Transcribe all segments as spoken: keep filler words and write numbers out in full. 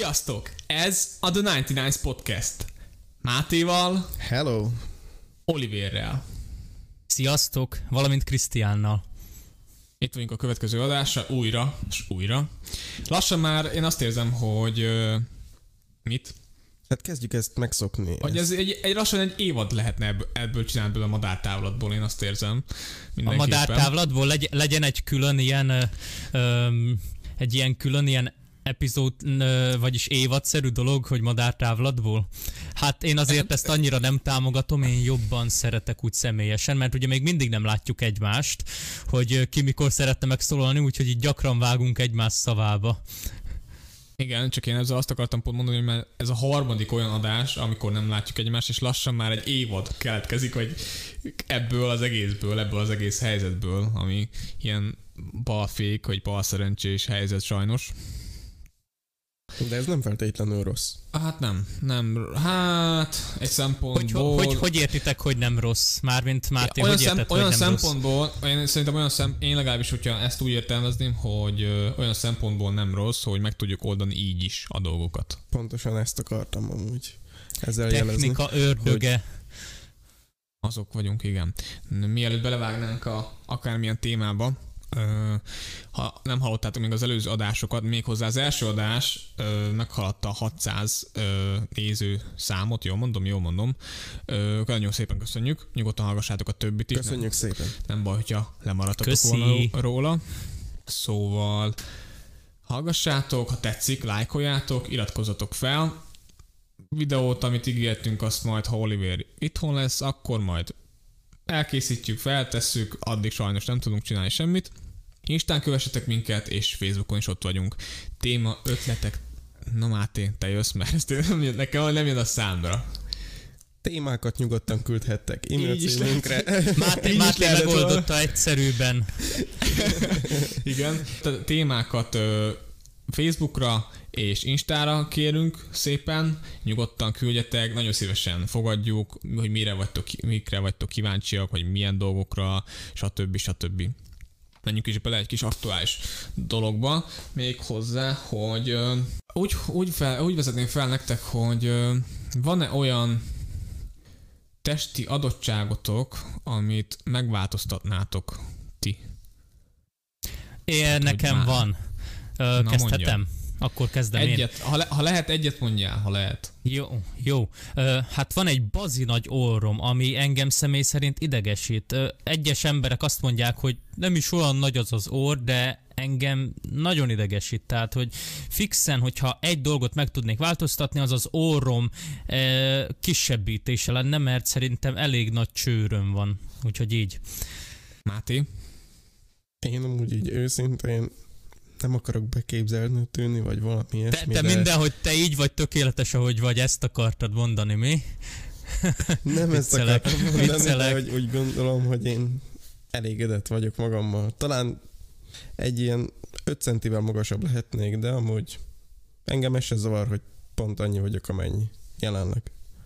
Sziasztok! Ez a The kilencvenkilenc Podcast. Mátéval, hello, Oliverrel. Sziasztok, valamint Krisztiánnal. Itt vagyunk a következő adásra, újra, és újra. Lassan már én azt érzem, hogy... Uh, mit? Hát kezdjük ezt megszokni. Hogy ez egy, egy lassan egy évad lehetne ebből, ebből csinálni, ebből a madártávlatból, én azt érzem. A madártávlatból legy, legyen egy külön ilyen... Ö, ö, egy ilyen külön ilyen epizód, vagyis évadszerű dolog, hogy madártávlatból. Hát én azért ezt annyira nem támogatom, én jobban szeretek úgy személyesen, mert ugye még mindig nem látjuk egymást, hogy ki mikor szeretne megszólalni, úgyhogy így gyakran vágunk egymás szavába. Igen, csak én ezzel azt akartam pont mondani, hogy már ez a harmadik olyan adás, amikor nem látjuk egymást, és lassan már egy évad keletkezik, hogy ebből az egészből, ebből az egész helyzetből, ami ilyen balfék, vagy balszerencsés helyzet sajnos. De ez nem feltétlenül rossz. Hát nem, nem, hát egy szempontból... Hogy, hogy, hogy értitek, hogy nem rossz? Mármint Máté, olyan hogy érted, szem, hogy olyan nem szempontból, rossz? Én szerintem olyan szem, én legalábbis, hogyha ezt úgy értelmezném, hogy ö, olyan szempontból nem rossz, hogy meg tudjuk oldani így is a dolgokat. Pontosan ezt akartam amúgy ezzel Technika jelezni, ördöge. Hogy... Azok vagyunk, igen. Mielőtt belevágnánk a akármilyen témába, Ö, ha nem hallottátok még az előző adásokat, méghozzá az első adás ö, meghaladta a hatszáz ö, néző számot, jól mondom, jól mondom. Ö, nagyon szépen köszönjük, nyugodtan hallgassátok a többit is. Köszönjük nem, szépen. Nem baj, hogyha lemaradtatok Köszi. volna róla. Szóval hallgassátok, ha tetszik, lájkoljátok, iratkozzatok fel. Videót, amit ígértünk, azt majd, ha Oliver itthon lesz, akkor majd elkészítjük, feltesszük, addig sajnos nem tudunk csinálni semmit. Instán kövessetek minket, és Facebookon is ott vagyunk. Téma, ötletek. Na Máté, te jössz, mert ezt nem jön, nekem nem jön a számra. Témákat nyugodtan küldhettek e-mail címünkre. Máté, Máté megoldotta egyszerűbben. Igen. Tehát témákat ö, Facebookra és Instára kérünk szépen, nyugodtan küldjetek, nagyon szívesen fogadjuk, hogy mire vagytok, mikre vagytok kíváncsiak, vagy milyen dolgokra, stb. stb. Menjünk is bele egy kis aktuális dologba, még hozzá, hogy uh, úgy, úgy, fel, úgy vezetném fel nektek, hogy uh, van-e olyan testi adottságotok, amit megváltoztatnátok ti? Én hát, nekem van. Ö, kezdhetem? Mondja. Akkor kezdem egyet, én. Ha, le, ha lehet, egyet mondjál, ha lehet. Jó, jó. Ö, hát van egy bazi nagy orrom, ami engem személy szerint idegesít. Ö, egyes emberek azt mondják, hogy nem is olyan nagy az az orr, de engem nagyon idegesít. Tehát, hogy fixen, hogyha egy dolgot meg tudnék változtatni, az az orrom ö, kisebbítése lenne, mert szerintem elég nagy csőröm van. Úgyhogy így. Máté? Én amúgy így őszintén nem akarok beképzelni tűnni, vagy valami ilyesmi. Te, te de... mindenhogy te így vagy tökéletes, ahogy vagy, ezt akartad mondani, mi? Nem ezt akartam mondani, de hogy úgy gondolom, hogy én elégedett vagyok magammal. Talán egy ilyen öt centivel magasabb lehetnék, de amúgy engem ez se zavar, hogy pont annyi vagyok, amennyi jelenleg.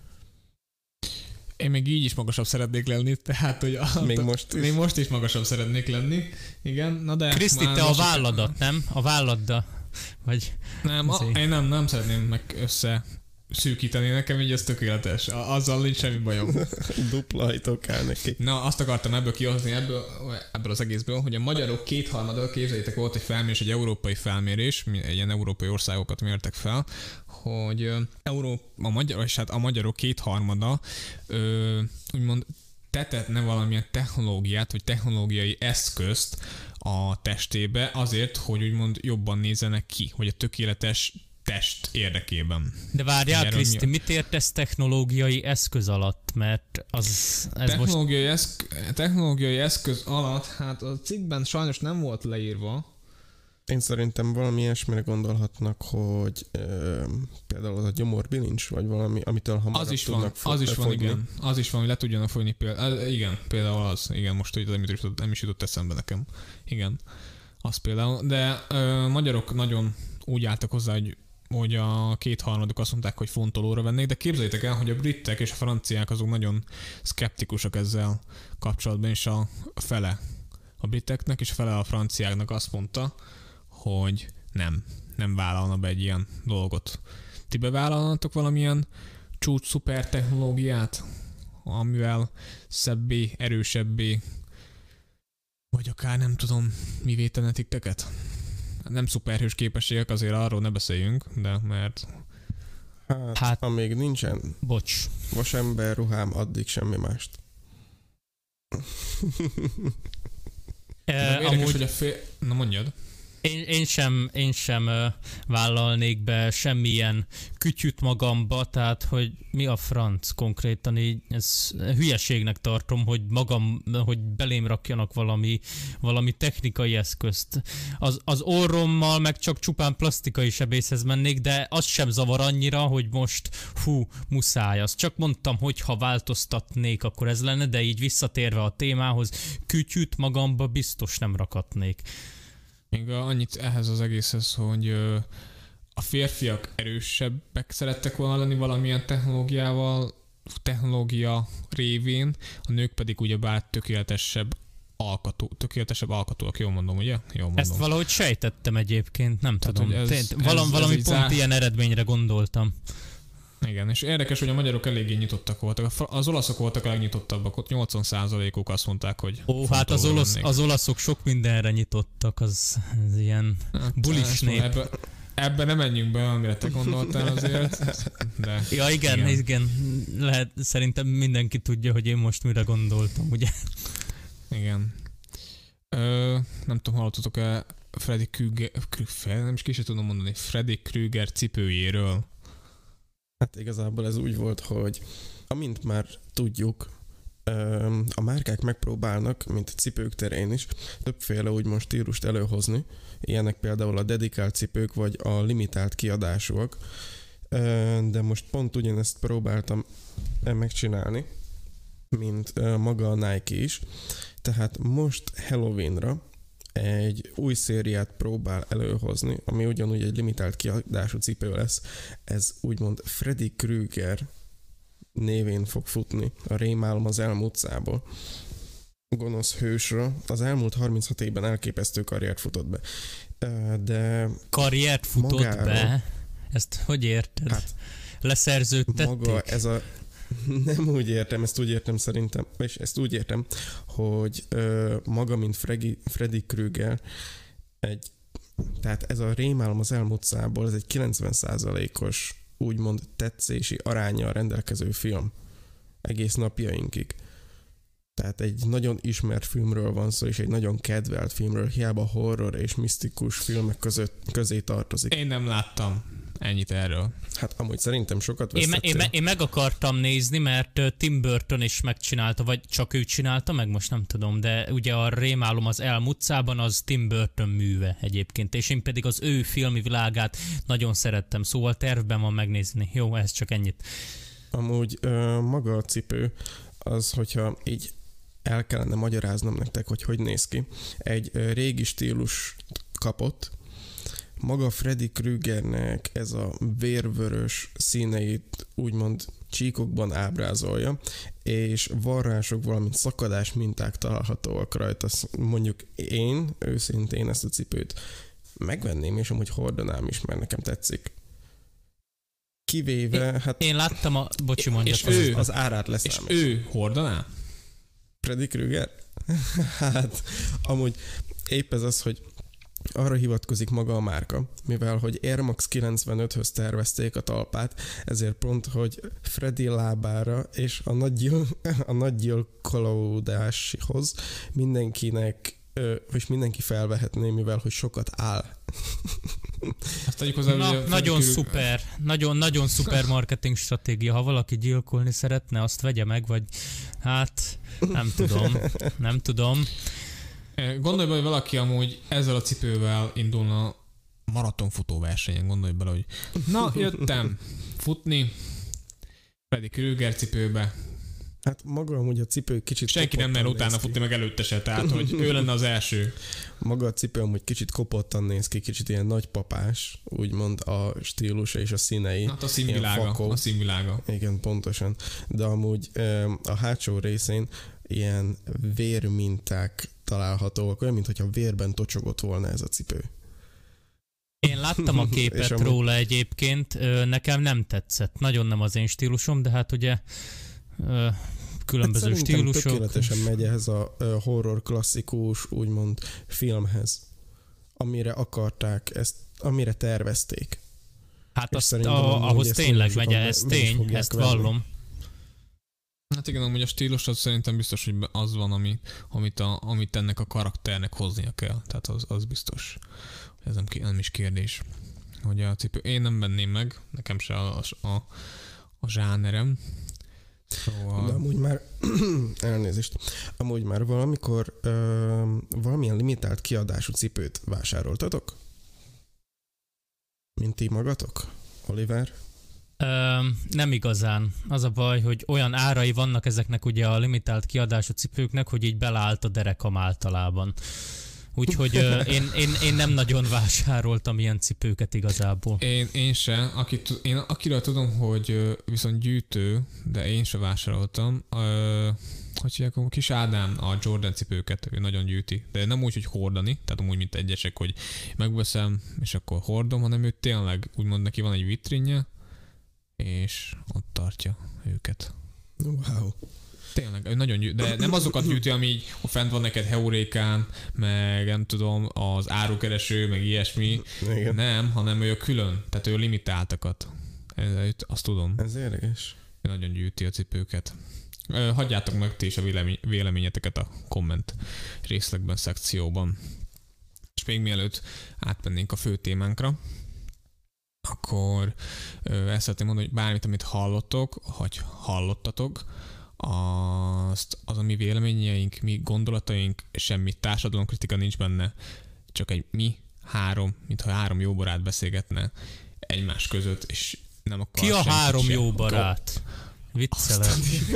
Én még így is magasabb szeretnék lenni, tehát, hogy... A, még most is. Még most is magasabb szeretnék lenni, igen, na de... Kriszti, te a válladat, nem? A válladdal, vagy... Nem, a, én nem, nem szeretném meg össze szűkíteni, nekem így ez tökéletes, azzal nincs semmi bajom. Duplajtok el neki. Na, azt akartam ebből kihozni, ebből, ebből az egészből, hogy a magyarok kétharmada, képzeljétek, volt egy felmérés, egy európai felmérés, egy ilyen európai országokat mértek fel, hogy Európa, a magyar, és hát a magyarok kétharmada ö, úgymond tetetne valamilyen technológiát, vagy technológiai eszközt a testébe azért, hogy úgymond jobban nézzenek ki, hogy a tökéletes test érdekében. De várjál, Kriszti, mi... mit értesz technológiai eszköz alatt? Mert az... Ez technológiai, most... eszk... technológiai eszköz alatt, hát a cikkben sajnos nem volt leírva. Én szerintem valami ilyesmire gondolhatnak, hogy ö, például az a gyomorbilincs, vagy valami, amitől hamarabb az is tudnak van, az is van, igen. Az is van, hogy le tudjanak folyni például. Igen, például az. Igen, most hogy nem, nem is jutott eszembe nekem. Igen, az például. De ö, magyarok nagyon úgy álltak hozzá, hogy hogy a kétharmaduk azt mondták, hogy fontolóra vennék, de képzeljétek el, hogy a britek és a franciák azok nagyon szkeptikusak ezzel kapcsolatban, és a fele a briteknek és a fele a franciáknak azt mondta, hogy nem, nem vállalna be egy ilyen dolgot. Ti bevállalnatok valamilyen csúcs szuper technológiát, amivel szebbé, erősebbé, vagy akár nem tudom, mivé tenne titeket? Nem szuperhős képességek, azért arról ne beszéljünk, de mert... Hát, hát amíg nincsen bocs. vasember ruhám, addig semmi mást. e, Na, amúgy... hogy a fél... Na mondjad. Én, én sem, én sem uh, vállalnék be semmilyen kütyüt magamba, tehát hogy mi a franc konkrétan, így ez hülyeségnek tartom, hogy magam, hogy belém rakjanak valami, valami technikai eszközt. Az, az orrommal meg csak csupán plastikai sebészhez mennék, de az sem zavar annyira, hogy most hú, muszáj. Azt csak mondtam, hogy ha változtatnék, akkor ez lenne, de így visszatérve a témához, kütyüt magamba biztos nem rakatnék. Még annyit ehhez az egészhez, hogy a férfiak erősebbek szerettek volna lenni valamilyen technológiával, technológia révén, a nők pedig ugyebár tökéletesebb alkatú, tökéletesebb alkatúak, jól mondom, ugye? Jól mondom. Ezt valahogy sejtettem egyébként, nem Tehát, tudom. Ez, ez, Valam, valami ez pont zár... ilyen eredményre gondoltam. Igen, és érdekes, hogy a magyarok eléggé nyitottak voltak. Az olaszok voltak a legnyitottabbak, ott nyolcvan százalékuk azt mondták, hogy... Ó, hát az, olasz, az olaszok sok mindenre nyitottak, az, az ilyen hát, bulis nép. Ebben ebbe nem menjünk be, amire te gondoltál azért, de... Ja, igen, igen, igen. Lehet, szerintem mindenki tudja, hogy én most mire gondoltam, ugye? Igen. Ö, nem tudom, hallottatok-e Freddy Krüger... Nem is ki sem tudom mondani. Freddy Krüger cipőjéről. Hát igazából ez úgy volt, hogy amint már tudjuk, a márkák megpróbálnak, mint cipők terén is, többféle úgymond stílust előhozni. Ilyenek például a dedikált cipők, vagy a limitált kiadásúak. De most pont ugyanezt próbáltam megcsinálni, mint maga a Nike is. Tehát most Halloweenra egy új szériát próbál előhozni, ami ugyanúgy egy limitált kiadású cipő lesz. Ez úgymond Freddy Krüger névén fog futni, a rémálom az elmúlt utcából. Gonosz hősra az elmúlt harminchat évben elképesztő karriert futott be. De karriert futott magára, be? Ezt hogy érted? Hát, leszerződtették? Maga ez a nem úgy értem, ezt úgy értem szerintem, és ezt úgy értem, hogy ö, maga, mint Freddy, Freddy Krüger, egy, tehát ez a rémálom az elmúlt szából, ez egy kilencven százalékos úgymond tetszési aránnyal rendelkező film egész napjainkig. Tehát egy nagyon ismert filmről van szó, és egy nagyon kedvelt filmről, hiába horror és misztikus filmek között, közé tartozik. Én nem láttam. Ennyit erről. Hát amúgy szerintem sokat én, vesztettél. én, me, én meg akartam nézni, mert Tim Burton is megcsinálta, vagy csak ő csinálta meg, most nem tudom, de ugye a Rémálom az Elm utcában az Tim Burton műve egyébként, és én pedig az ő filmi világát nagyon szerettem, szóval tervben van megnézni. Jó, ez csak ennyit. Amúgy ö, maga a cipő, az, hogyha így el kellene magyaráznom nektek, hogy hogy néz ki. Egy ö, régi stílus kapott, maga Freddy Krügernek ez a vérvörös színeit úgymond csíkokban ábrázolja, és varrások, valamint szakadás minták találhatóak rajta. Mondjuk én őszintén ezt a cipőt megvenném, és amúgy hordanám is, mert nekem tetszik. Kivéve, én, hát... Én láttam a... Bocsi, mondja. És ő, az árát leszámít. És ő hordaná? Freddy Krüger? Hát, amúgy épp ez az, hogy arra hivatkozik maga a márka, mivel hogy Air Max kilencvenöthöz tervezték a talpát, ezért pont, hogy Freddy lábára és a nagy, gyil, a nagy gyilkolódáshoz mindenkinek, és mindenki felvehetné, mivel hogy sokat áll. Hozzá, Na, nagyon körül... szuper, nagyon, nagyon szuper marketing stratégia. Ha valaki gyilkolni szeretne, azt vegye meg, vagy hát nem tudom, nem tudom. Gondolj bele, hogy valaki amúgy ezzel a cipővel indulna maratonfutó versenyen, gondolj bele, hogy na, jöttem futni Freddy Krüger cipőbe. Hát maga amúgy a cipő kicsit... Senki nem mer utána futni, meg előtte se, tehát hogy ő lenne az első. Maga a cipő amúgy kicsit kopottan néz ki, kicsit ilyen nagypapás, úgymond a stílusa és a színei. Hát a színvilága, a színvilága. Igen, pontosan. De amúgy a hátsó részén ilyen vérminták találhatóak, olyan, mintha vérben tocsogott volna ez a cipő. Én láttam a képet róla egyébként, nekem nem tetszett. Nagyon nem az én stílusom, de hát ugye különböző hát stílusok. Tökéletesen megy ehhez a horror klasszikus, úgymond filmhez, amire akarták, ezt, amire tervezték. Hát azt, a, ahhoz tényleg megy, ez tény, ezt venni. Vallom. Hát igen, amúgy a stílus az szerintem biztos, hogy az van, ami, amit, a, amit ennek a karakternek hoznia kell. Tehát az, az biztos. Ez nem, nem is kérdés. Hogy a cipő, én nem venném meg, nekem se a, a, a, a zsánerem. Szóval... De amúgy már, elnézést, amúgy már valamikor ö, valamilyen limitált kiadású cipőt vásároltatok? Mint ti magatok, Oliver? Ö, nem igazán. Az a baj, hogy olyan árai vannak ezeknek ugye a limitált kiadású cipőknek, hogy így beleállt a derekam általában. Úgyhogy ö, én, én, én nem nagyon vásároltam ilyen cipőket igazából. Én, én se. Akit, én akiről tudom, hogy viszont gyűjtő, de én se vásároltam. Ö, hogy hívják, a kis Ádám a Jordan cipőket, ő nagyon gyűjti. De nem úgy, hogy hordani, tehát amúgy, mint egyesek, hogy megveszem, és akkor hordom, hanem ő tényleg, úgymond neki van egy vitrinje, és ott tartja őket. Wow. Tényleg, ő nagyon gyűjt, de nem azokat gyűjti, ami így fent van neked Heurékán, meg nem tudom, az árukereső, meg ilyesmi. Igen. Nem, nem, ő a külön, tehát ő limitáltakat. Azt tudom. Ez érdekes. Ő nagyon gyűjti a cipőket. Hagyjátok meg ti is a véleményeteket a komment részlegben, szekcióban. És még mielőtt átmennénk a fő témánkra, akkor ezt szeretném mondani, hogy bármit, amit hallottok, vagy hallottatok, azt, az a mi véleményeink, mi gondolataink, semmi társadalomkritika nincs benne, csak egy mi három, mintha három jó barát beszélgetne egymás között, és nem akar ki a három sem. Jó barát? Viccelem.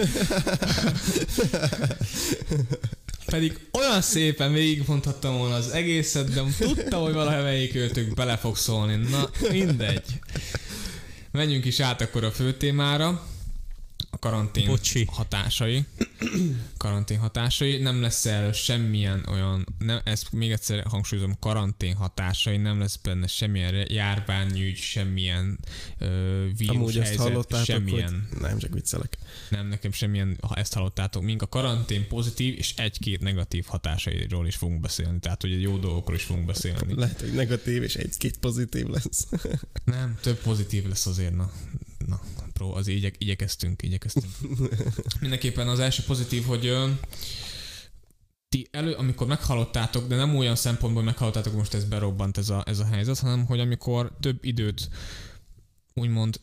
Pedig olyan szépen végigmondhattam volna az egészet, de tudtam, hogy valamelyik őtök bele fog szólni. Na, mindegy. Menjünk is át akkor a fő témára. A karantén Bocsi. hatásai. Karantén hatásai. Nem lesz el semmilyen olyan, nem, ezt még egyszer hangsúlyozom, karantén hatásai, nem lesz benne semmilyen járványügy, semmilyen ö, vírushelyzet, semmilyen. Hogy nem, csak viccelek. Nem, nekem semmilyen, ha ezt hallottátok, mink a karantén pozitív és egy-két negatív hatásairól is fogunk beszélni. Tehát, hogy jó dolgokról is fogunk beszélni. Lehet, hogy negatív és egy-két pozitív lesz. Nem, több pozitív lesz azért, na. Na, pró, az igyek, igyekeztünk, igyekeztünk. Mindenképpen az első pozitív, hogy ö, ti elő, amikor meghallottátok, de nem olyan szempontból meghallottátok, most ez berobbant ez a, ez a helyzet, hanem hogy amikor több időt úgymond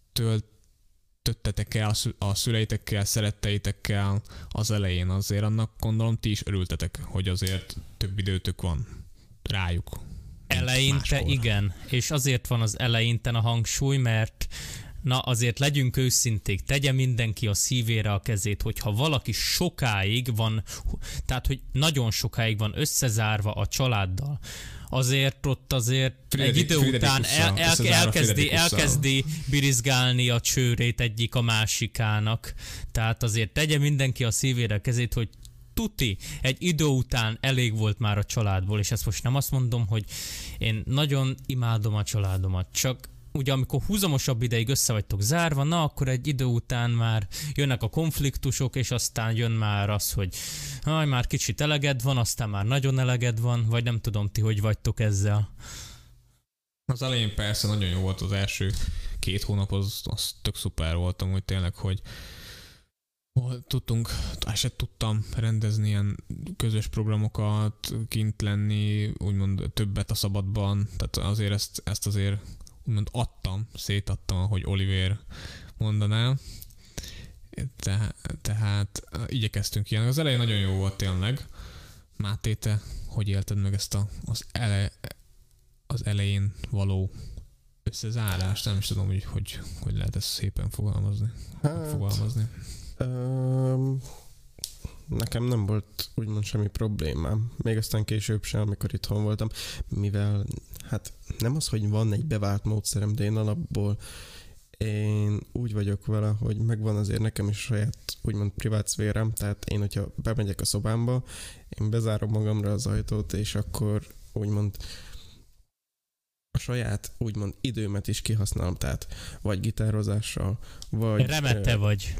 töltöttetek el a szüleitekkel, szeretteitekkel az elején, azért annak gondolom ti is örültetek, hogy azért több időtök van rájuk. Eleinte máskor. Igen, és azért van az eleinten a hangsúly, mert na azért legyünk őszinték, tegye mindenki a szívére a kezét, hogyha valaki sokáig van, tehát hogy nagyon sokáig van összezárva a családdal, azért ott azért Friedrich, egy idő után el, el, elkezdi, elkezdi birizgálni a csőrét egyik a másikának, tehát azért tegye mindenki a szívére a kezét, hogy tuti, egy idő után elég volt már a családból, és ezt most nem azt mondom, hogy én nagyon imádom a családomat, csak ugye amikor húzamosabb ideig össze vagytok zárva, na akkor egy idő után már jönnek a konfliktusok, és aztán jön már az, hogy haj, már kicsit eleged van, aztán már nagyon eleged van, vagy nem tudom ti, hogy vagytok ezzel. Az elején persze nagyon jó volt az első két hónap, az, az tök szuper voltam, hogy tényleg, hogy tudtunk, se tudtam rendezni ilyen közös programokat, kint lenni, úgymond többet a szabadban, tehát azért ezt, ezt azért úgymond adtam, szétadtam, ahogy Oliver mondaná. Te, tehát igyekeztünk ilyen. Az elején nagyon jó volt tényleg. Máté, te hogy élted meg ezt a, az, ele, az elején való összezárást? Nem is tudom, hogy hogy, hogy lehet ezt szépen fogalmazni. Hát, fogalmazni. Um, nekem nem volt úgymond semmi problémám. Még aztán később sem, amikor itthon voltam, mivel hát nem az, hogy van egy bevált módszerem, de én alapból én úgy vagyok vele, hogy megvan azért nekem is saját úgymond privát szférám, tehát én, hogyha bemegyek a szobámba, én bezárom magamra az ajtót, és akkor úgymond a saját úgymond időmet is kihasználom, tehát vagy gitározással, vagy... Remete ö, vagy.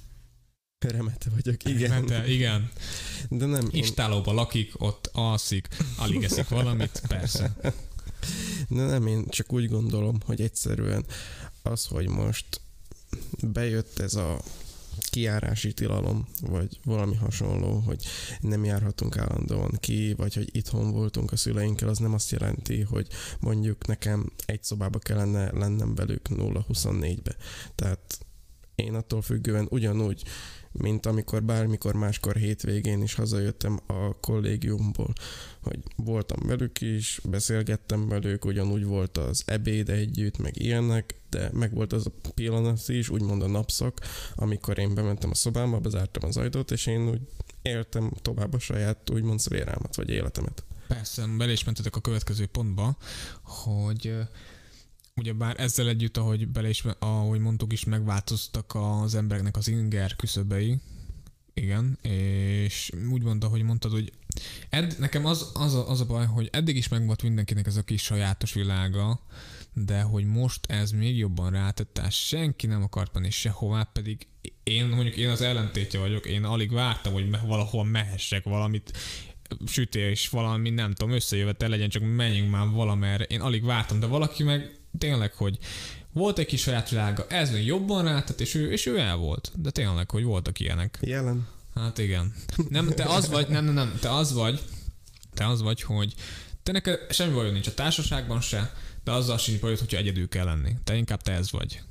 Remete vagyok, igen. Remete, igen. De nem... Istálóban én... lakik, ott alszik, alig eszik valamit, persze. De nem, én csak úgy gondolom, hogy egyszerűen az, hogy most bejött ez a kijárási tilalom, vagy valami hasonló, hogy nem járhatunk állandóan ki, vagy hogy itthon voltunk a szüleinkkel, az nem azt jelenti, hogy mondjuk nekem egy szobába kellene lennem velük nulla huszonnégybe. Tehát én attól függően ugyanúgy, mint amikor bármikor máskor hétvégén is hazajöttem a kollégiumból, hogy voltam velük is, beszélgettem velük, ugyanúgy volt az ebéd együtt, meg ilyenek, de meg volt az a pillanat is, úgymond a napszak, amikor én bementem a szobámba, bezártam az ajtót, és én úgy éltem tovább a saját úgymond szférámat, vagy életemet. Persze, bele is mentetek a következő pontba, hogy ugyebár ezzel együtt, ahogy bele is, ahogy mondtuk is, megváltoztak az embereknek az inger küszöbei, igen, és úgy mondta, hogy mondtad, hogy edd, nekem az, az, a, az a baj, hogy eddig is megvolt mindenkinek ez a kis sajátos világa, de hogy most ez még jobban rátett, tehát senki nem akart menni sehová, pedig én mondjuk én az ellentétje vagyok, én alig vártam, hogy valahol mehessek valamit, sütés, valami, nem tudom, összejövetel legyen, csak menjünk már valamerre. Én alig vártam, de valaki meg tényleg, hogy volt egy kis saját világa, ez még jobban rátett, és ő, és ő el volt. De tényleg, hogy voltak ilyenek. Jelen. Hát igen. Nem, te az vagy, nem, nem, nem, te az vagy, te az vagy, hogy te neked semmi bajod nincs a társaságban se, de azzal sincs bajod, hogyha egyedül kell lenni. Te inkább te ez vagy.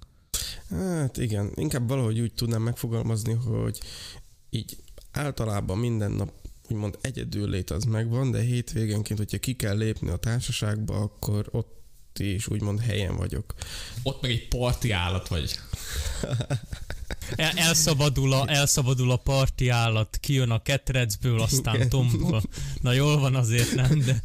Hát igen, inkább valahogy úgy tudnám megfogalmazni, hogy így általában minden nap úgymond egyedül lét az megvan, de hétvégenként, hogyha ki kell lépni a társaságba, akkor ott is úgymond helyen vagyok. Ott meg egy parti állat vagy. El, elszabadul, a, elszabadul a parti állat, kijön a ketrecből, aztán tombol. Na jól van azért, nem, de...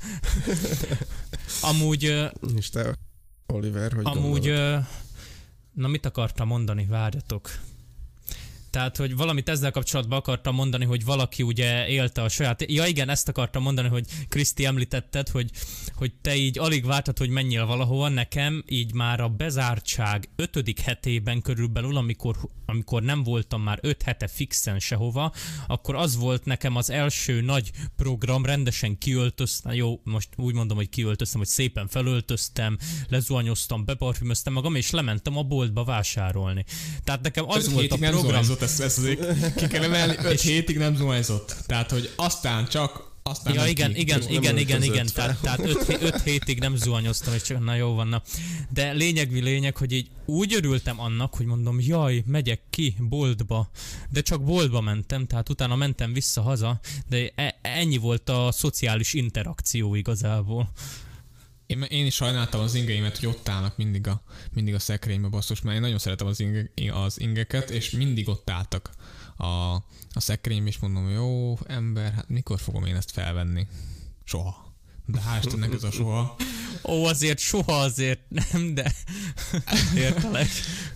Amúgy... És te, Oliver, hogy amúgy... gondolod? Na mit akartam mondani? Várjatok. Tehát, hogy valamit ezzel kapcsolatban akartam mondani, hogy valaki ugye élte a saját... Ja igen, ezt akartam mondani, hogy Kriszti említetted, hogy, hogy te így alig vártad, hogy menjél valahova. Nekem így már a bezártság ötödik hetében körülbelül, amikor, amikor nem voltam már öt hete fixen sehova, akkor az volt nekem az első nagy program, rendesen kiöltöztem, jó, most úgy mondom, hogy kiöltöztem, hogy szépen felöltöztem, lezuhanyoztam, beparfümöztem magam, és lementem a boltba vásárolni. Tehát nekem az volt a program... Ezt, ezt azért ki kell emelni, öt hétig nem zuhanyzott. Tehát, hogy aztán csak... Aztán ja, igen, ki, igen, igen, igen, igen, tehát, tehát öt, öt hétig nem zuhanyoztam, és csak na jó van, na. De lényegvi lényeg, hogy így úgy örültem annak, hogy mondom, jaj, megyek ki boltba, de csak boltba mentem, tehát utána mentem vissza haza, de ennyi volt a szociális interakció igazából. Én, én is sajnáltam az ingeimet, hogy ott állnak mindig a, mindig a szekrénybe, basszus, mert én nagyon szeretem az, inge, az ingeket, és mindig ott álltak a, a szekrénybe, és mondom, jó ember, hát mikor fogom én ezt felvenni? Soha. De hál' Istennek ez a soha. Ó, azért soha azért nem, de értelek.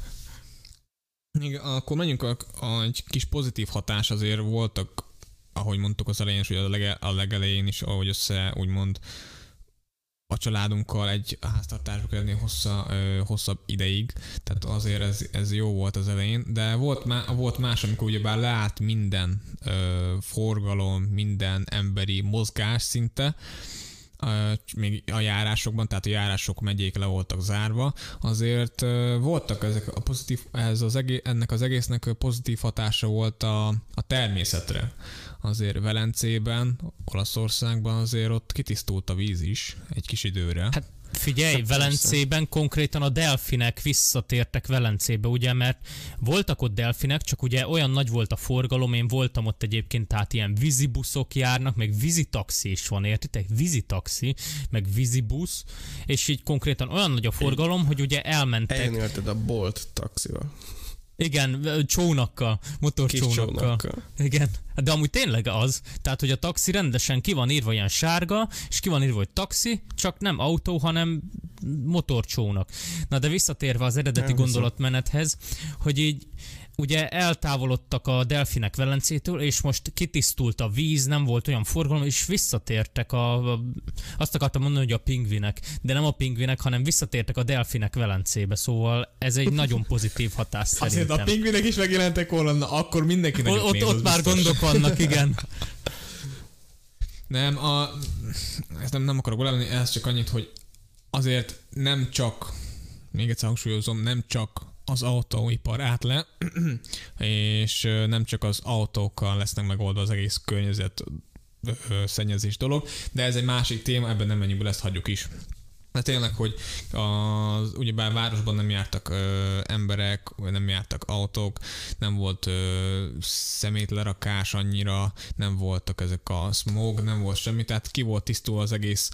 Igen, akkor menjünk a, a, egy kis pozitív hatás azért voltak, ahogy mondtuk az elején, hogy a, lege, a legelején is, ahogy össze úgymond a családunkkal egy háztartásba kellene hossza, ö, hosszabb ideig, tehát azért ez, ez jó volt az elején, de volt, má, volt más, amikor ugyebár leállt minden ö, forgalom, minden emberi mozgás szinte, ö, még a járásokban, tehát a járások megyék le voltak zárva, azért ö, voltak ezek a pozitív, ez az egész, ennek az egésznek pozitív hatása volt a, a természetre. Azért Velencében, Olaszországban azért ott kitisztult a víz is egy kis időre. Hát figyelj, Velencében konkrétan a delfinek visszatértek Velencébe, ugye, mert voltak ott delfinek, csak ugye olyan nagy volt a forgalom, én voltam ott egyébként, tehát ilyen vízibuszok járnak, meg vízitaxi is van, értitek? Vízitaxi, meg vízibusz, és így konkrétan olyan nagy a forgalom, hogy ugye elmentek... Elnyelted a Bolt taxival. Igen, csónakkal, motorcsónakkal. Igen, de amúgy tényleg az, tehát hogy a taxi rendesen ki van írva ilyen sárga, és ki van írva, hogy taxi, csak nem autó, hanem motorcsónak. Na de visszatérve az eredeti gondolatmenethez, hogy így ugye eltávolodtak a delfinek Velencétől, és most kitisztult a víz, nem volt olyan forgalom, és visszatértek a, a azt akartam mondani, hogy a pingvinek, de nem a pingvinek, hanem visszatértek a delfinek Velencébe, szóval ez egy nagyon pozitív hatás szerintem. Azért a pingvinek is megjelentek volna, akkor mindenkinek o, ott, néz, ott már gondok vannak, igen. Nem, a, ezt nem, nem akarok belevenni, ez csak annyit, hogy azért nem csak, még egyszer hangsúlyozom, nem csak az autóipar át le, és nem csak az autókkal lesznek megoldva az egész környezet szennyezés dolog, de ez egy másik téma, ebben nem menjünk bele, ezt hagyjuk is. De tényleg, hogy az, ugyebár városban nem jártak ö, emberek, vagy nem jártak autók, nem volt ö, szemétlerakás annyira, nem voltak ezek a smog, nem volt semmi, tehát ki volt tisztulva az egész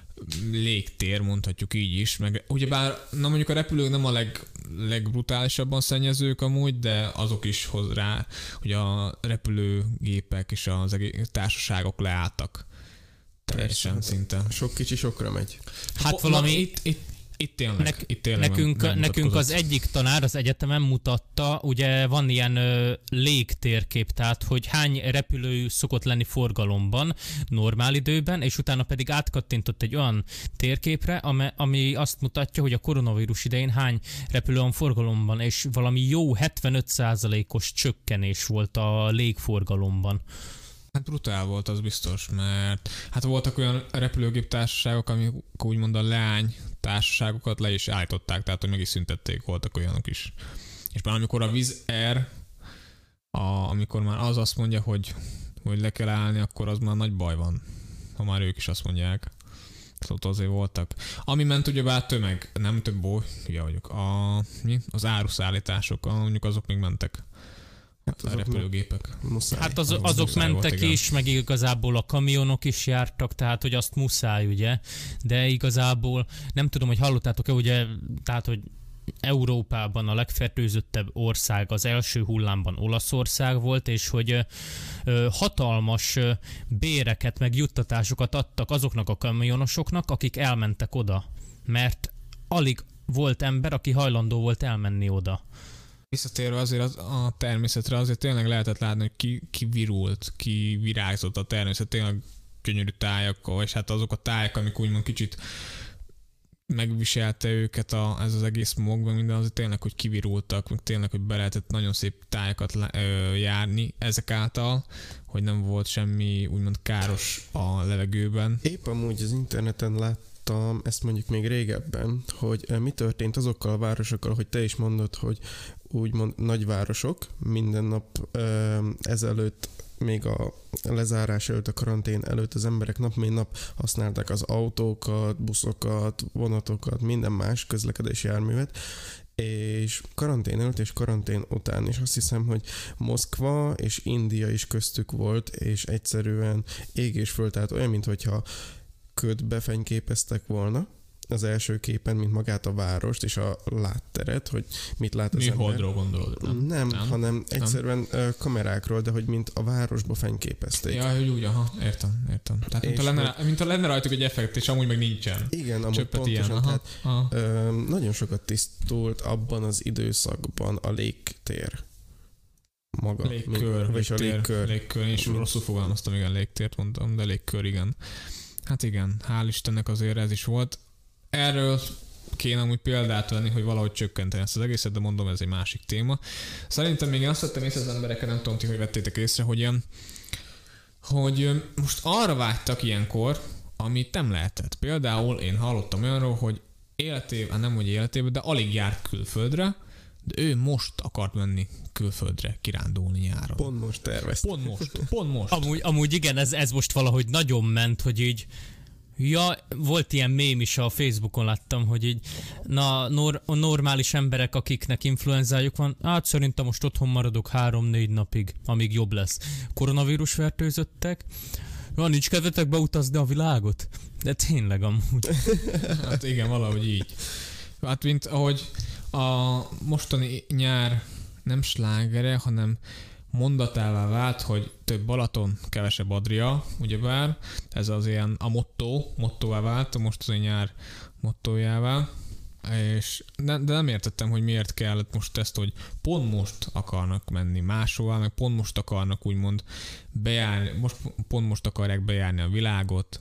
légtér, mondhatjuk így is, meg ugyebár, na mondjuk a repülők nem a leg, legbrutálisabban szennyezők amúgy, de azok is hoz rá, hogy a repülőgépek és az egész társaságok leálltak. Teljesen szinte. Sok kicsi sokra megy. Hát valami... Na, itt, itt, itt tényleg, Nek, itt tényleg nekünk, nem, nem nekünk az egyik tanár az egyetemen mutatta, ugye van ilyen ö, légtérkép, tehát hogy hány repülő szokott lenni forgalomban normál időben, és utána pedig átkattintott egy olyan térképre, ami, ami azt mutatja, hogy a koronavírus idején hány repülő van forgalomban, és valami jó hetvenöt százalékos csökkenés volt a légforgalomban. Hát brutál volt, az biztos, mert hát voltak olyan repülőgép társaságok, amik úgymond a leány társaságokat le is állították, tehát hogy meg is szüntették, voltak olyanok is. És már amikor a Wizz Air, a, amikor már az azt mondja, hogy, hogy le kell állni, akkor az már nagy baj van, ha már ők is azt mondják. Szóval azért voltak. Ami ment ugyebár tömeg, nem több bó, ugye vagyok, a, mi? Az áruszállítások, mondjuk azok még mentek. Hát a repülőgépek. Muszáj. Hát az, azok muszáj mentek volt, is, meg igazából a kamionok is jártak, tehát hogy azt muszáj, ugye, de igazából nem tudom, hogy hallottátok-e, ugye, tehát hogy Európában a legfertőzöttebb ország az első hullámban Olaszország volt, és hogy ö, hatalmas ö, béreket meg juttatásokat adtak azoknak a kamionosoknak, akik elmentek oda, mert alig volt ember, aki hajlandó volt elmenni oda. Visszatérve azért az, a természetre, azért tényleg lehetett látni, hogy ki, ki virult, ki virágzott a természet, tényleg gyönyörű tájakkal, és hát azok a tájak, amik úgymond kicsit megviselte őket a, ez az egész smog, meg minden, azért tényleg, hogy kivirultak, meg tényleg, hogy be lehetett nagyon szép tájakat ö, járni ezek által, hogy nem volt semmi úgymond káros a levegőben. Épp amúgy az interneten láttam, ezt mondjuk még régebben, hogy mi történt azokkal a városokkal, hogy te is mondod, hogy úgymond nagyvárosok minden nap ö, ezelőtt, még a lezárás előtt, a karantén előtt az emberek nap mint nap használták az autókat, buszokat, vonatokat, minden más közlekedési járművet, és karantén előtt és karantén után is azt hiszem, hogy Moszkva és India is köztük volt, és egyszerűen ég és föld, tehát olyan, mintha ködbe fényképeztek volna az első képen, mint magát a várost és a látteret, hogy mit lát az ember. Műholdról gondolod? Nem, nem, nem hanem egyszerűen nem. kamerákról, de hogy mint a városba fényképezték. Ja, hogy úgy, aha, értem, értem. Tehát mint a, lenne, hogy... mint a lenne rajtuk egy effekt, és amúgy meg nincsen. Igen, amúgy Csöppet pontosan, ilyen, aha, tehát aha. Ö, nagyon sokat tisztult abban az időszakban a légtér. Maga. Légkör, vagy légtér, a légkör. légkör. Én is rosszul fogalmaztam, igen, légtért mondtam, de légkör, igen. Hát igen, hál' Istennek azért ez is volt. Erről kéne amúgy példát venni, hogy valahogy csökkenteni ezt az egészet, de mondom, ez egy másik téma. Szerintem még én azt vettem észre az emberekkel, nem tudom ti, hogy vettétek észre, hogy ilyen, hogy most arra vágytak ilyenkor, amit nem lehetett. Például én hallottam olyanról, hogy életében, hát nem hogy életében, de alig járt külföldre, de ő most akart menni külföldre kirándulni nyáron. Pont most tervezte. Pont most, pont most. Amúgy, amúgy igen, ez, ez most valahogy nagyon ment, hogy így ja, volt ilyen mém is a Facebookon láttam, hogy így na, nor- a normális emberek, akiknek influenzájuk van, hát szerintem most otthon maradok három-négy napig, amíg jobb lesz. Koronavírus fertőzöttek, ja, nincs kedvetek beutazni a világot? De tényleg amúgy. Hát igen, valahogy így. Hát mint ahogy a mostani nyár nem slágere, hanem mondatává vált, hogy több Balaton, kevesebb Adria, ugyebár. Ez az ilyen a motto, mottóvá vált, most az a nyár mottójává. és ne, de nem értettem, hogy miért kellett most ezt, hogy pont most akarnak menni máshova, meg pont most akarnak úgymond bejárni, most, pont most akarják bejárni a világot,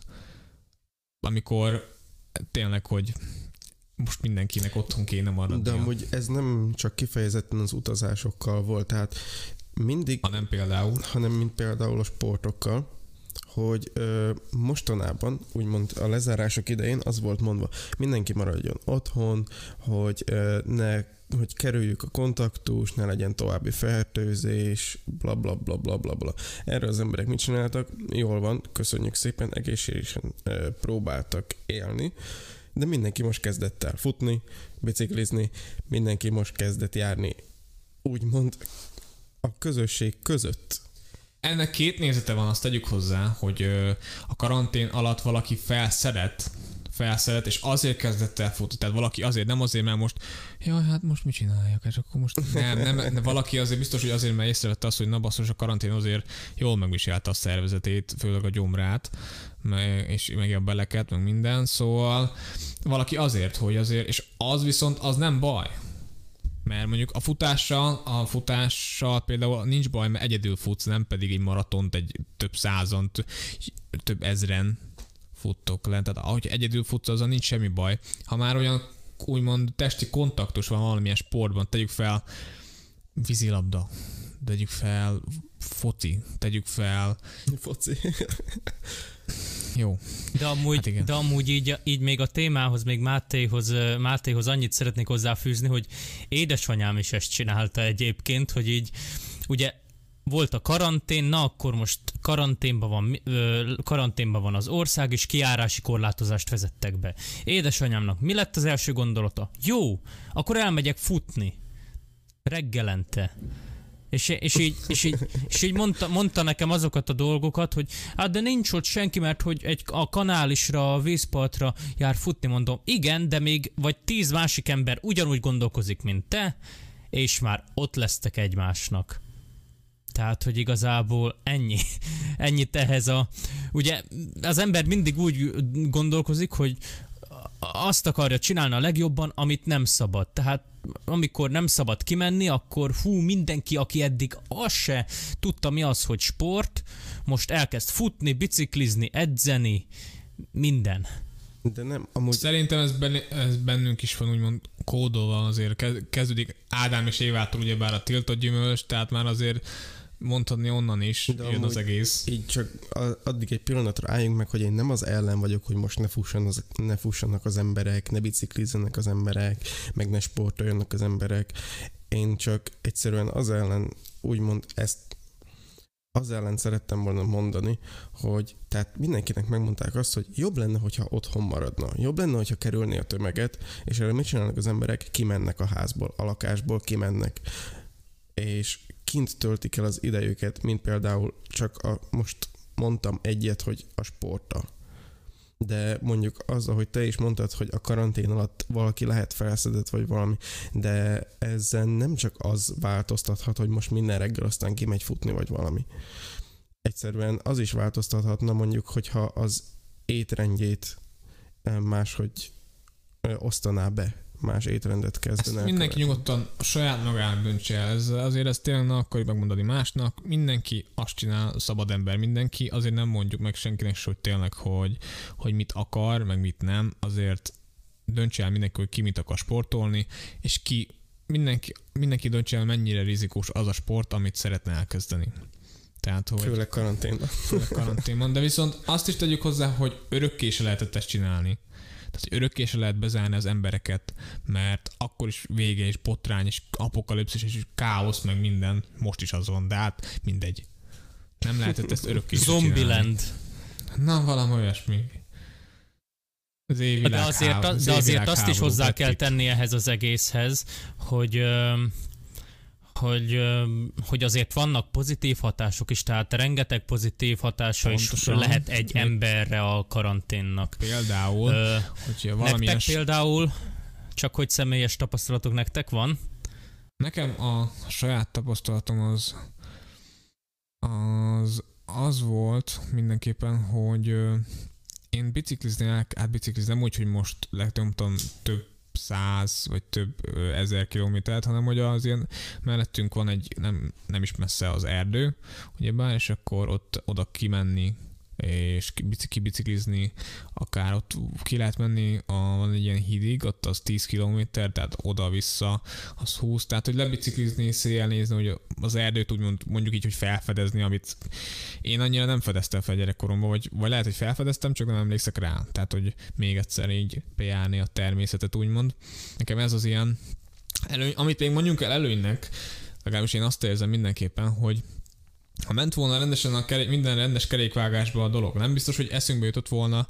amikor tényleg, hogy most mindenkinek otthon kéne maradnia. De amúgy ez nem csak kifejezetten az utazásokkal volt, tehát mindig... Hanem például. Hanem mint például a sportokkal, hogy ö, mostanában, úgymond a lezárások idején az volt mondva, mindenki maradjon otthon, hogy ö, ne, hogy kerüljük a kontaktus, ne legyen további fertőzés, bla bla bla bla bla bla. Erre az emberek mit csináltak? Jól van, köszönjük szépen, egészségesen ö, próbáltak élni, de mindenki most kezdett el futni, biciklizni, mindenki most kezdett járni, úgymond a közösség között. Ennek két nézete van, azt tegyük hozzá, hogy ö, a karantén alatt valaki felszedett, felszedett, és azért kezdett el futni. Tehát valaki azért, nem azért, mert most jaj, hát most mit csináljak, és akkor most nem, nem, de valaki azért biztos, hogy azért, mert észrevette azt, hogy na basszus, a karantén azért jól megviselte a szervezetét, főleg a gyomrát, és meg a beleket, meg minden, szóval valaki azért, hogy azért, és az viszont az nem baj. Mert mondjuk a futással, a futással például nincs baj, mert egyedül futsz, nem pedig egy maratont egy több százan, több ezren futtok le. Tehát ahogy egyedül futsz, azzal nincs semmi baj. Ha már olyan úgymond testi kontaktus van valamilyen sportban, tegyük fel vízilabda, tegyük fel foci, tegyük fel... Foci. Jó. De amúgy, hát de amúgy így, így még a témához, még Mátéhoz, Mátéhoz annyit szeretnék hozzáfűzni, hogy édesanyám is ezt csinálta egyébként, hogy így ugye volt a karantén, na akkor most karanténban van, karanténban van az ország, és kijárási korlátozást vezettek be. Édesanyámnak mi lett az első gondolata? Jó, akkor elmegyek futni. Reggelente. És, és, így, és, így, és így mondta, mondta nekem azokat a dolgokat, hogy hát de nincs ott senki, mert hogy egy, a kanálisra, a vízpartra jár futni, mondom. Igen, de még vagy tíz másik ember ugyanúgy gondolkozik, mint te, és már ott lesztek egymásnak. Tehát, hogy igazából ennyi. Ennyit ehhez a... Ugye az ember mindig úgy gondolkozik, hogy azt akarja csinálni a legjobban, amit nem szabad. Tehát amikor nem szabad kimenni, akkor hú, mindenki, aki eddig azt se tudta, mi az, hogy sport, most elkezd futni, biciklizni, edzeni, minden. De nem, amúgy... Szerintem ez, ben, ez bennünk is van úgymond kódolva, azért kezdődik Ádám és Évától ugyebár a tiltott gyümölcs, tehát már azért mondhatni onnan is de jön az egész. Így csak addig egy pillanatra álljunk meg, hogy én nem az ellen vagyok, hogy most ne, fusson az, ne fussanak az emberek, ne biciklizzenek az emberek, meg ne sportoljanak az emberek. Én csak egyszerűen az ellen, úgymond ezt az ellen szerettem volna mondani, hogy tehát mindenkinek megmondták azt, hogy jobb lenne, hogyha otthon maradna. Jobb lenne, hogyha kerülné a tömeget, és erre mit csinálnak az emberek? Kimennek a házból, a lakásból kimennek. És kint töltik el az idejüket, mint például csak a, most mondtam egyet, hogy a sporttal. De mondjuk az, ahogy te is mondtad, hogy a karantén alatt valaki lehet felszedett, vagy valami, de ezzel nem csak az változtathat, hogy most minden reggel aztán kimegy futni, vagy valami. Egyszerűen az is változtathatna mondjuk, hogyha az étrendjét máshogy osztaná be, más étrendet kezdene. Ezt mindenki nyugodtan a saját magának döntse el. Ez, azért ezt tényleg nem akarjuk megmondani másnak. Mindenki azt csinál, szabad ember mindenki. Azért nem mondjuk meg senkinek se, hogy tényleg, hogy, hogy mit akar, meg mit nem. Azért döntse el mindenki, hogy ki mit akar sportolni, és ki mindenki, mindenki döntse el, mennyire rizikós az a sport, amit szeretne elkezdeni. Tehát, hogy főleg karanténban. Főleg karanténban. De viszont azt is tegyük hozzá, hogy örökké se lehetett ezt csinálni. Tehát örökké se lehet bezárni az embereket, mert akkor is vége, és botrány, és apokalipszis, és káosz, meg minden. Most is az van, de hát mindegy. Nem lehetett ezt örökké se csinálni. Zombieland. Na, valami olyasmi. Az évvilág de azért, háború, az de azért azt is hozzá tették. kell tenni ehhez az egészhez, hogy... Hogy, hogy azért vannak pozitív hatások is, tehát rengeteg pozitív hatása Pontosan. is lehet egy emberre a karanténnak. Például, Ö, hogyha valamilyen... Nektek például, csak hogy személyes tapasztalatok nektek van? Nekem a saját tapasztalatom az az, az volt mindenképpen, hogy én biciklizni, át biciklizem úgy, hogy most letömtem több száz vagy több ezer kilométert, hanem hogy az ilyen mellettünk van egy, nem, nem is messze az erdő, ugyebár, és akkor ott oda kimenni, és kibiciklizni, akár ott ki lehet menni, a, van egy ilyen hídig, ott az tíz kilométer, tehát oda-vissza az húsz, tehát hogy lebiciklizni, széjjel nézni, hogy az erdőt úgy mond, mondjuk így, hogy felfedezni, amit én annyira nem fedeztem fel gyerekkoromban, vagy, vagy lehet, hogy felfedeztem, csak nem emlékszek rá, tehát hogy még egyszer így bejárni a természetet úgymond. Nekem ez az ilyen előny, amit még mondjunk el előnynek, legalábbis én azt érzem mindenképpen, hogy ha ment volna rendesen a kerék, minden rendes kerékvágásba a dolog, nem biztos, hogy eszünkbe jutott volna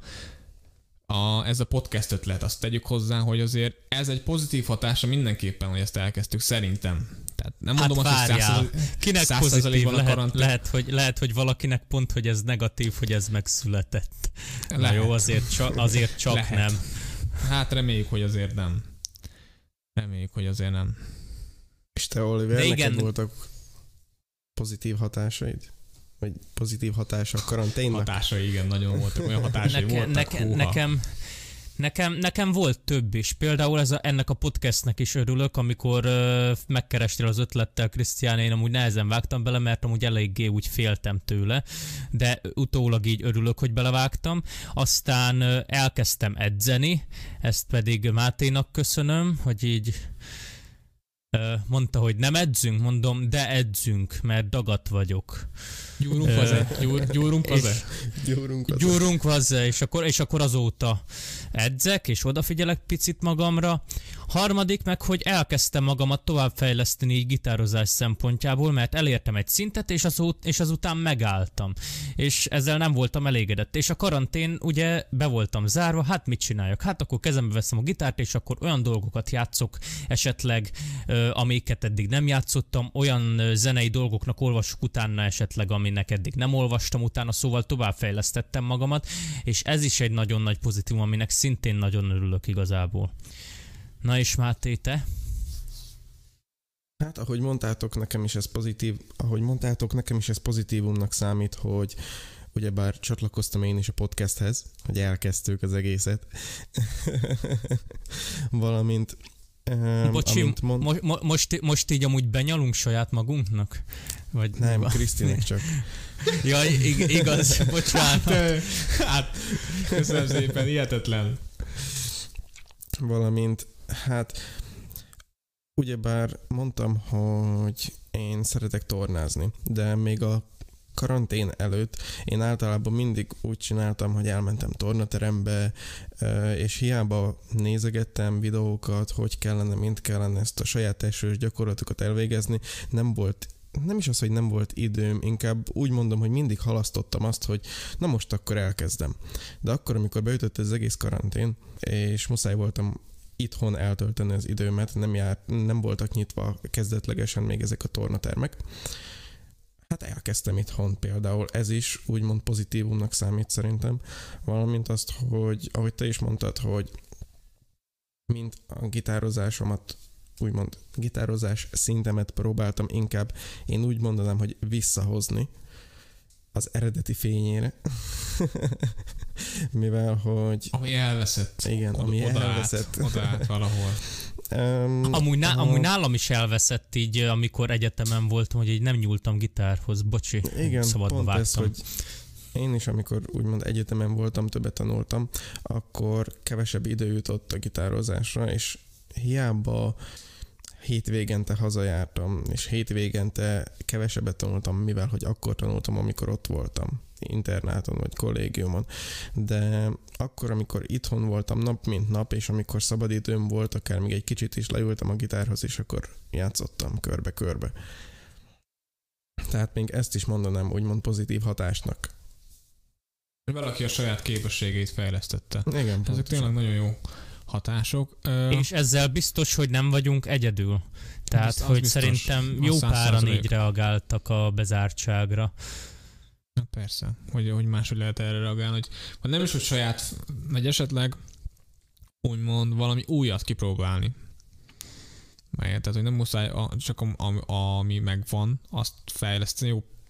a, ez a podcast ötlet. Azt tegyük hozzá, hogy azért ez egy pozitív hatása mindenképpen, hogy ezt elkezdtük, szerintem. Tehát nem hát mondom várjál. azt, hogy kinek pozitív lehet, lehet, hogy, lehet, hogy valakinek pont, hogy ez negatív, hogy ez megszületett. Na jó, azért, csa, azért csak lehet. Nem. Hát reméljük, hogy azért nem. Reméljük, hogy azért nem. És te, Oliver, neked igen. voltak pozitív hatásaid? Vagy pozitív hatása a karanténnak? Hatásai, igen, nagyon voltak. Olyan hatásai Neke, voltak. Neke, nekem, nekem, nekem volt több is. Például ez a, ennek a podcastnek is örülök, amikor uh, megkerestél az ötlettel, Krisztián, én amúgy nehezen vágtam bele, mert amúgy eléggé úgy féltem tőle, de utólag így örülök, hogy belevágtam. Aztán uh, elkezdtem edzeni, ezt pedig Máténak köszönöm, hogy így mondta, hogy nem edzünk, mondom, de edzünk, mert dagat vagyok. Gyúrunk uh, vaze, gyúr, gyúrunk vaze. Gyúrunk vaze. Gyúrunk vaze, és akkor, és akkor azóta edzek, és odafigyelek picit magamra. Harmadik meg, hogy elkezdtem magamat továbbfejleszteni így gitározás szempontjából, mert elértem egy szintet, és, azut, és azután megálltam. És ezzel nem voltam elégedett. És a karantén, ugye be voltam zárva, hát mit csináljak? Hát akkor kezembe veszem a gitárt, és akkor olyan dolgokat játszok esetleg, amiket eddig nem játszottam, olyan zenei dolgoknak olvasok utána esetleg, aminek eddig nem olvastam utána, szóval továbbfejlesztettem magamat, és ez is egy nagyon nagy pozitívum, aminek szintén nagyon örülök igazából. Na és Máté, te? Hát ahogy mondtátok, nekem is ez pozitív, ahogy mondtátok, nekem is ez pozitívumnak számít, hogy ugyebár csatlakoztam én is a podcasthez, hogy elkezdtük az egészet. Valamint Um, Bocsi, mond... mo- mo- most, most így amúgy benyalunk saját magunknak? Vagy nem, Krisztinek csak. Jaj, ig- igaz, bocsánat. Hát, hát, köszönöm szépen, hihetetlen. Valamint, hát, ugyebár mondtam, hogy én szeretek tornázni, de még a karantén előtt én általában mindig úgy csináltam, hogy elmentem tornaterembe, és hiába nézegettem videókat, hogy kellene, mint kellene ezt a saját esős gyakorlatokat elvégezni, nem volt, nem is az, hogy nem volt időm, inkább úgy mondom, hogy mindig halasztottam azt, hogy na most akkor elkezdem. De akkor, amikor beütött az egész karantén, és muszáj voltam itthon eltölteni az időmet, nem, járt, nem voltak nyitva kezdetlegesen még ezek a tornatermek, hát elkezdtem itthon például, ez is úgymond pozitívumnak számít szerintem, valamint azt, hogy ahogy te is mondtad, hogy mint a gitározásomat, úgymond gitározás szintemet próbáltam inkább, én úgy mondanám, hogy visszahozni az eredeti fényére. Mivel, hogy... Ami elveszett. Igen, oda, ami oda elveszett. Át, oda át valahol. Um, amúgy, ná, amúgy nálam is elveszett így, amikor egyetemen voltam, hogy így nem nyúltam gitárhoz, bocsi, igen, szabadba pont vágtam. Ez, hogy én is, amikor úgymond egyetemen voltam, többet tanultam, akkor kevesebb idő jutott a gitározásra, és hiába hétvégente hazajártam, és hétvégente kevesebbet tanultam, mivel hogy akkor tanultam, amikor ott voltam, internáton vagy kollégiumon. De akkor, amikor itthon voltam nap mint nap, és amikor szabadidőm volt, akár még egy kicsit is leültem a gitárhoz, és akkor játszottam körbe-körbe. Tehát még ezt is mondanám úgymond pozitív hatásnak. Valaki a saját képességeit fejlesztette. Igen, ezek pontosan. tényleg nagyon jó hatások. És ezzel biztos, hogy nem vagyunk egyedül. Tehát, az, az hogy biztos, szerintem jó páran így reagáltak a bezártságra. Na persze, hogy, hogy máshogy lehet erre reagálni, hogy vagy nem is, hogy saját, vagy esetleg úgymond valami újat kipróbálni. Mert tehát, hogy nem muszáj a, csak a, a, ami megvan, azt fejleszteni. Jó,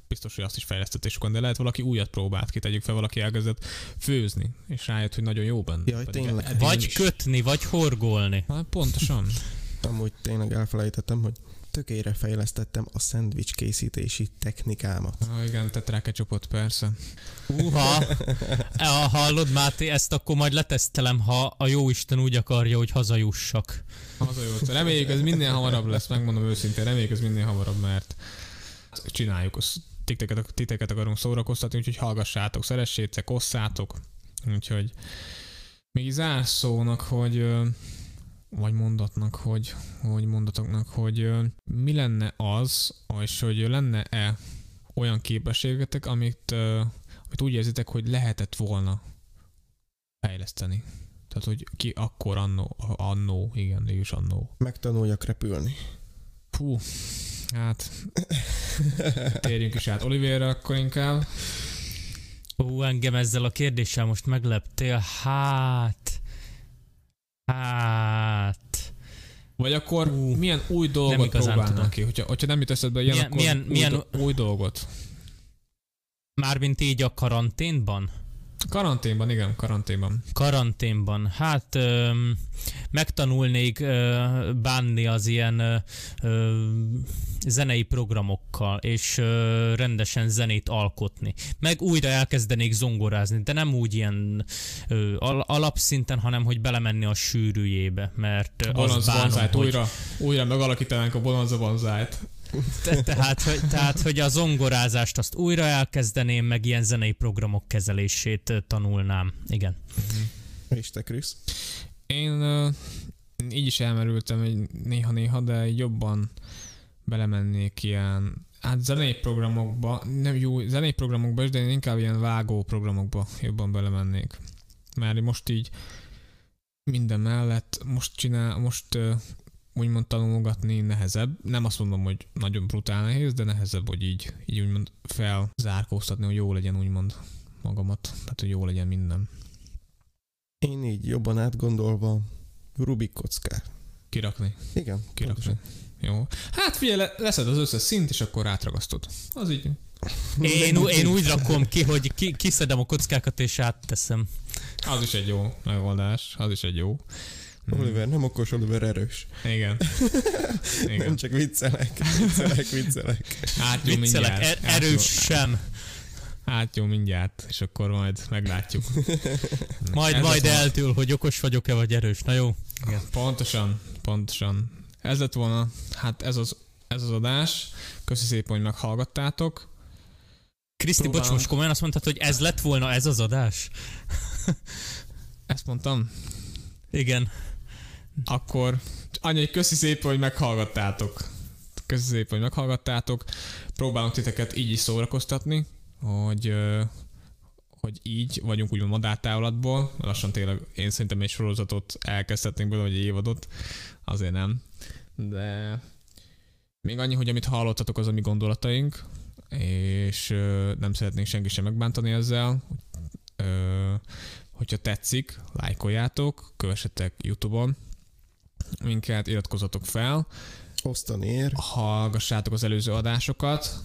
biztos, hogy azt is fejlesztetésükön, de lehet valaki újat próbált ki, tegyük fel, valaki elkezdett főzni, és rájött, hogy nagyon jó benne. Jaj, tényleg. Vagy kötni, vagy horgolni. Hát pontosan. Amúgy tényleg elfelejtettem, hogy tökére fejlesztettem a szendvics készítési technikámat. Ah, igen, tett rá ketchupot, persze. Uha! Ha hallod, Máté, ezt akkor majd letesztelem, ha a jóisten úgy akarja, hogy hazajussak. Hazajussak. Reméljük, ez minél hamarabb lesz, megmondom őszintén, reméljük, ez minél hamarabb, mert csináljuk, titeket, titeket akarunk szórakoztatni, úgyhogy hallgassátok, szeressétek, osszátok. Úgyhogy még zárszónak, hogy vagy mondatnak, hogy, hogy mondatoknak, hogy mi lenne az, és hogy lenne-e olyan képességetek, amit, amit úgy érzitek, hogy lehetett volna fejleszteni. Tehát, hogy ki akkor annó, annó, igen, mégis annó. Megtanuljak repülni. Puh, hát térjünk is át Oliverre akkor inkább. Ó, engem ezzel a kérdéssel most megleptél, hát... Hát... Vagy akkor uh, milyen új dolgot próbálnak ki? Hogyha, hogyha nem jut eszedbe ilyen, milyen, akkor milyen, új, milyen... do- új dolgot. Mármint így a karanténban? Karanténban, igen, karanténban. Karanténban. Hát ö, megtanulnék ö, bánni az ilyen ö, ö, zenei programokkal, és ö, rendesen zenét alkotni. Meg újra elkezdenék zongorázni, de nem úgy ilyen ö, al- alapszinten, hanem hogy belemenni a sűrűjébe, mert Bonanza azt bánom, hogy... újra, újra megalakítanánk a Bonanza Banzájt. Te, tehát, hogy, tehát, hogy a zongorázást azt újra elkezdeném, meg ilyen zenei programok kezelését tanulnám. Igen. Uh-huh. És te, Krisz? Én uh, így is elmerültem egy néha-néha, de jobban belemennék ilyen, hát zenei programokba, nem jó, zenei programokba is, de én inkább ilyen vágó programokba jobban belemennék. Mert most így minden mellett, most csinál, most uh, úgymond tanulgatni nehezebb. Nem azt mondom, hogy nagyon brutál nehéz, de nehezebb, hogy így, így úgymond felzárkóztatni, hogy jó legyen úgymond magamat. Tehát, hogy jó legyen minden. Én így jobban átgondolva Rubik kockát. Kirakni. Igen. Kirakni. Pontosan. Jó. Hát figyelj, leszed az összes szint, és akkor átragasztod. Az így. Én, én úgy rakom ki, hogy ki, kiszedem a kockákat, és átteszem. Az is egy jó megoldás. Az is egy jó. Oliver nem okos, Oliver erős. Igen. Igen. Nem csak viccelek, viccelek, viccelek. Átjó mindjárt. Er, erős sem. Átjó mindjárt, és akkor majd meglátjuk. majd Ez majd volna... eltűl, hogy okos vagyok-e, vagy erős. Na jó? Igen. Pontosan, pontosan. Ez lett volna, hát ez az, ez az adás. Köszi szépen, hogy meghallgattátok. Kriszti, Próbálom. bocs, most komolyan azt mondtad, hogy ez lett volna ez az adás? Ezt mondtam? Igen. Akkor annyi, hogy köszi szépen, hogy meghallgattátok. Köszi szépen, hogy meghallgattátok. Próbálunk titeket így is szórakoztatni, hogy, hogy így vagyunk úgymond madártávolatból. Lassan tényleg én szerintem egy sorozatot elkezdhetnénk belőle, vagy egy évadot. Azért nem. De még annyi, hogy amit hallottatok, az a mi gondolataink, és nem szeretnénk senki sem megbántani ezzel. Hogyha tetszik, lájkoljátok, kövessetek YouTube-on minket, iratkozzatok fel. Osztani ér. Hallgassátok az előző adásokat,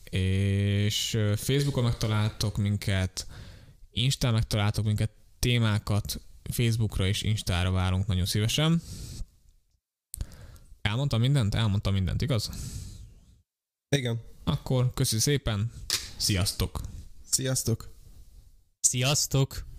és Facebookon megtaláltok minket, Instán megtaláltok minket, témákat Facebookra és Instára várunk nagyon szívesen. Elmondtam mindent? Elmondtam mindent, igaz? Igen. Akkor köszi szépen, sziasztok! Sziasztok! Sziasztok!